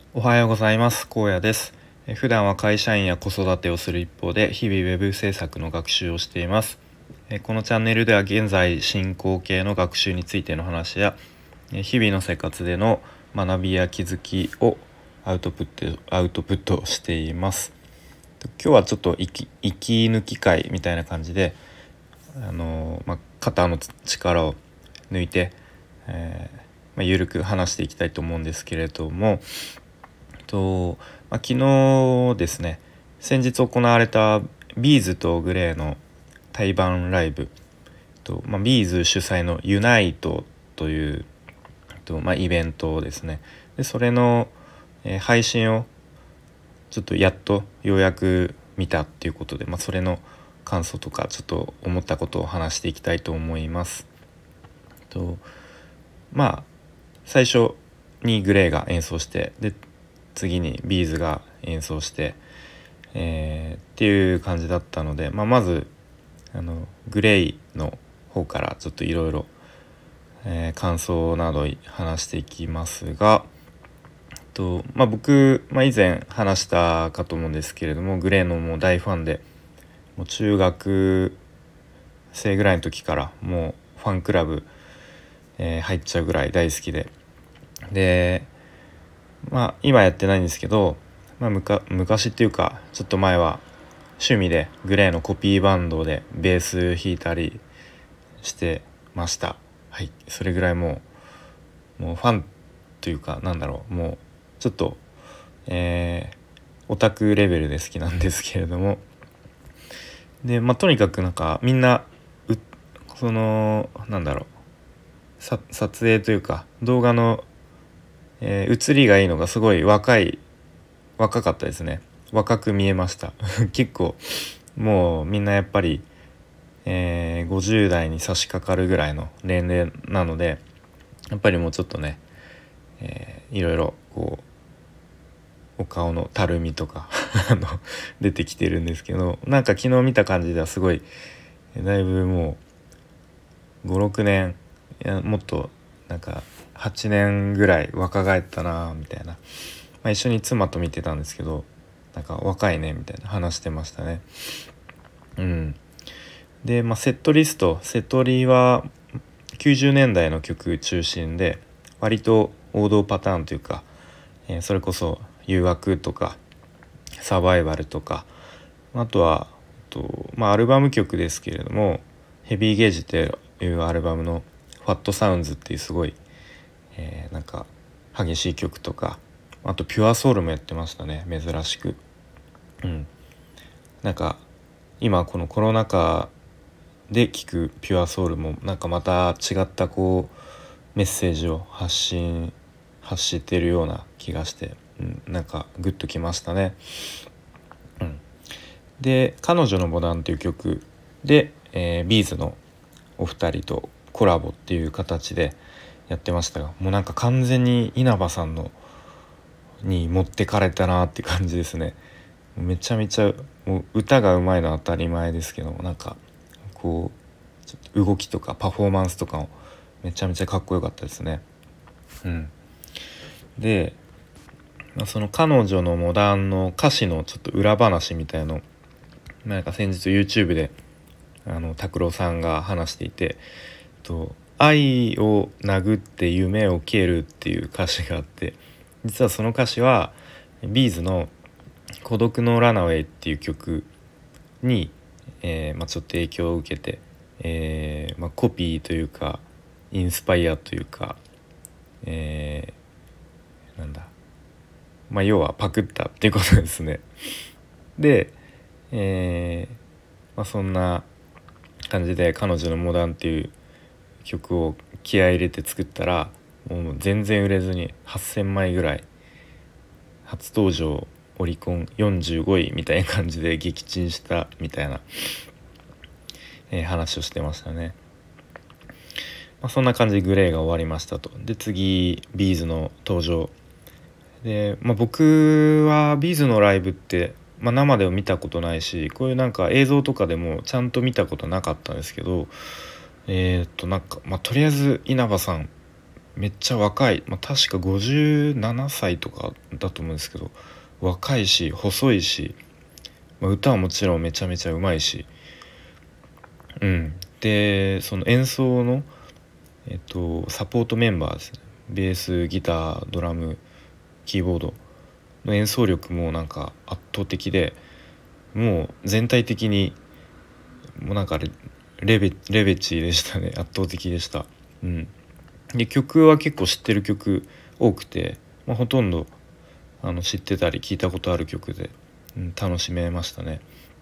おはようございます。荒野です。普段は会社員や子育てをする一方で日々ウェブ制作の学習をしています。このチャンネルでは現在進行形の学習についての話や日々の生活での学びや気づきをアウトプットしています。今日はちょっと息抜き会みたいな感じで、肩の力を抜いて、ゆるく話していきたいと思うんですけれども、昨日ですね、先日行われたビーズとグレーの対バンライブビーズ主催のユナイトというイベントですね。でそれの、配信をちょっとようやく見たっていうことで、それの感想とかちょっと思ったことを話していきたいと思います。最初にグレーが演奏して、で次にビーズが演奏して、っていう感じだったので、まずグレイの方からちょっといろいろ感想など話していきますが、僕、以前話したかと思うんですけれども、グレーのもう大ファンで、もう中学生ぐらいの時からもうファンクラブ、入っちゃうぐらい大好きで、今やってないんですけど、昔っていうかちょっと前は趣味でグレーのコピーバンドでベース弾いたりしてました。はい、それぐらいもうファンというかもうちょっと、オタクレベルで好きなんですけれども、でとにかくみんなその撮影というか動画の、写りがいいのがすごい若かったですね。若く見えました結構もうみんなやっぱり、50代に差し掛かるぐらいの年齢なので、やっぱりもうちょっとね、いろいろお顔のたるみとか出てきてるんですけど、昨日見た感じではすごいだいぶもう5、6年、いやもっと8年ぐらい若返ったなみたいな、一緒に妻と見てたんですけど、若いねみたいな話してましたね。で、セットリは90年代の曲中心で割と王道パターンというか、それこそ誘惑とかサバイバルとか、あとはアルバム曲ですけれども、ヘビーゲージっていうアルバムのファットサウンズっていうすごい、激しい曲とか、あとピュアソウルもやってましたね、珍しく。今このコロナ禍で聴くピュアソウルもまた違ったメッセージを発してるような気がして、グッときましたね。で彼女のモダンという曲で、ビーズのお二人とコラボっていう形でやってましたが、もう完全に稲葉さんのに持ってかれたなって感じですね。めちゃめちゃもう歌がうまいのは当たり前ですけど、ちょっと動きとかパフォーマンスとかもめちゃめちゃかっこよかったですね。で、その彼女のモダンの歌詞のちょっと裏話みたいの先日 YouTube で拓郎さんが話していて、愛を殴って夢を蹴るっていう歌詞があって、実はその歌詞はビーズの孤独のランナウェイっていう曲に、ちょっと影響を受けて、コピーというかインスパイアというか、要はパクったっていうことですね。で、そんな感じで彼女のモダンっていう曲を気合い入れて作ったら、もう全然売れずに8000枚ぐらい、初登場オリコン45位みたいな感じで撃沈したみたいな、話をしてましたね。そんな感じでグレーが終わりましたと。で次ビーズの登場で、僕はビーズのライブって、生では見たことないし、こういう映像とかでもちゃんと見たことなかったんですけど、とりあえず稲葉さんめっちゃ若い、確か57歳とかだと思うんですけど、若いし細いし、歌はもちろんめちゃめちゃうまいし、でその演奏の、サポートメンバーですね、ベース、ギター、ドラム、キーボードの演奏力もなんか圧倒的で、もう全体的にもうなんかレベチでしたね。圧倒的でした。で曲は結構知ってる曲多くて、ほとんど知ってたり聞いたことある曲で、楽しめましたね。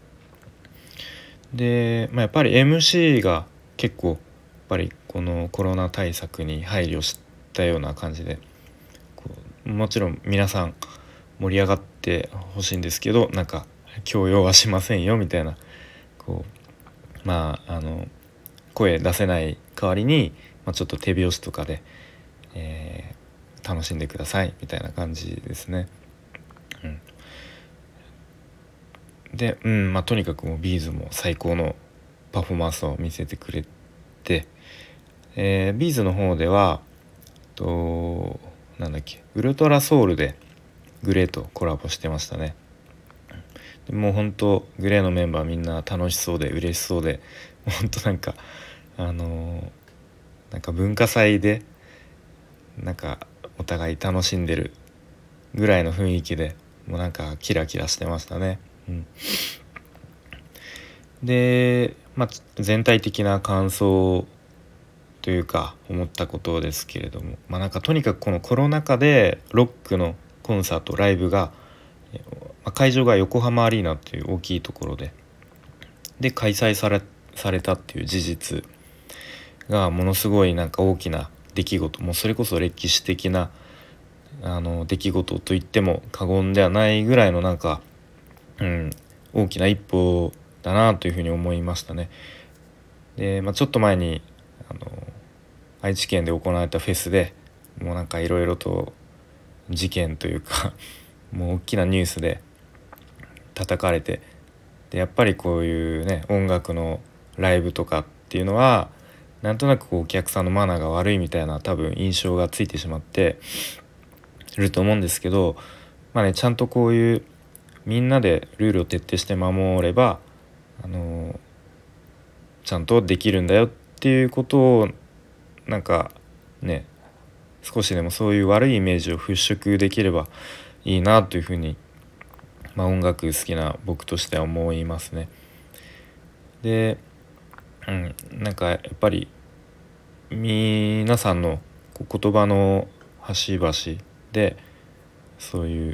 で、やっぱり MC が結構やっぱりこのコロナ対策に配慮したような感じで、もちろん皆さん盛り上がってほしいんですけど、なんか強要はしませんよみたいな、声出せない代わりに、ちょっと手拍子とかで、楽しんでくださいみたいな感じですね。で、とにかくもうビーズも最高のパフォーマンスを見せてくれて、ビーズの方ではなんだっけ、ウルトラソウルでグレーとコラボしてましたね。でもう本当グレーのメンバーみんな楽しそうで嬉しそうで、本当なんかなんか文化祭でなんかお互い楽しんでるぐらいの雰囲気で、もうなんかキラキラしてましたね。で、全体的な感想というか思ったことですけれども、なんかとにかくこのコロナ禍でロックのコンサートライブが、会場が横浜アリーナっていう大きいところで開催されたっていう事実がものすごいなんか大きな出来事、もうそれこそ歴史的な出来事と言っても過言ではないぐらいのなんか、大きな一歩だなというふうに思いましたね。で、ちょっと前に愛知県で行われたフェスでもうなんかいろいろと事件というかもう大きなニュースで叩かれて、でやっぱりこういうね音楽のライブとかっていうのはなんとなくお客さんのマナーが悪いみたいな多分印象がついてしまってると思うんですけど、ちゃんとこういうみんなでルールを徹底して守ればちゃんとできるんだよっていうことをなんかね、少しでもそういう悪いイメージを払拭できればいいなというふうに、音楽好きな僕としては思いますね。で、なんかやっぱり皆さんの言葉の端々でそういう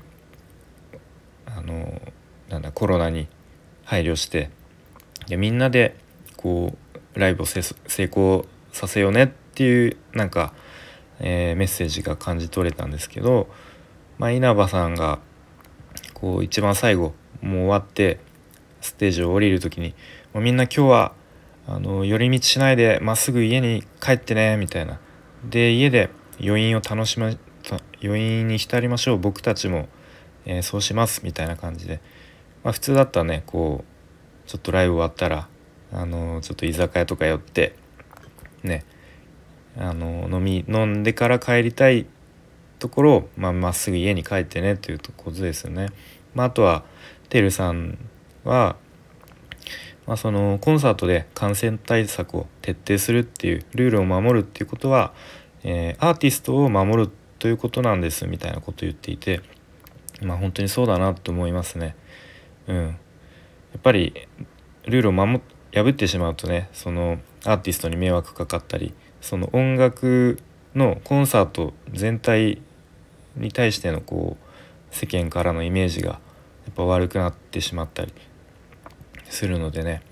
コロナに配慮してみんなでライブを成功させようねっていうなんか、メッセージが感じ取れたんですけど、稲葉さんが一番最後もう終わってステージを降りる時にみんな今日は寄り道しないでまっすぐ家に帰ってねみたいな、で家で余韻に浸りましょう、僕たちも、そうしますみたいな感じで、普通だったらねちょっとライブ終わったらちょっと居酒屋とか寄ってね飲んでから帰りたいところを、まっすぐ家に帰ってねということですよね。あとはてるさんは、そのコンサートで感染対策を徹底するっていうルールを守るっていうことは、アーティストを守るということなんですみたいなことを言っていて、本当にそうだなと思いますね。やっぱりルールを破ってしまうとね、そのアーティストに迷惑かかったり、その音楽のコンサート全体に対しての世間からのイメージがやっぱ悪くなってしまったりするのでね。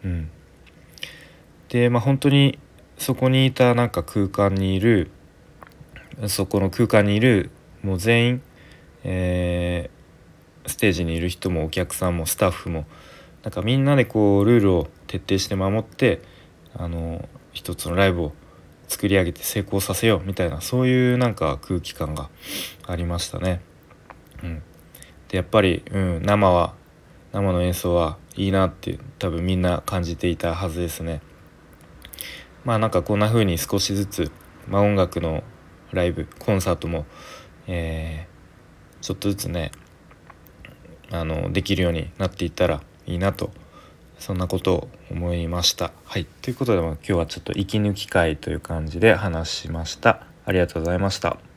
で本当にそこにいたなんかそこの空間にいるもう全員、ステージにいる人もお客さんもスタッフもなんかみんなでルールを徹底して守って一つのライブを作り上げて成功させようみたいな、そういうなんか空気感がありましたね。でやっぱり、生の演奏はいいなって多分みんな感じていたはずですね。なんかこんな風に少しずつ、音楽のライブコンサートも、ちょっとずつねできるようになっていったらいいなと、そんなことを思いました。はい、ということで今日はちょっと息抜き会という感じで話しました。ありがとうございました。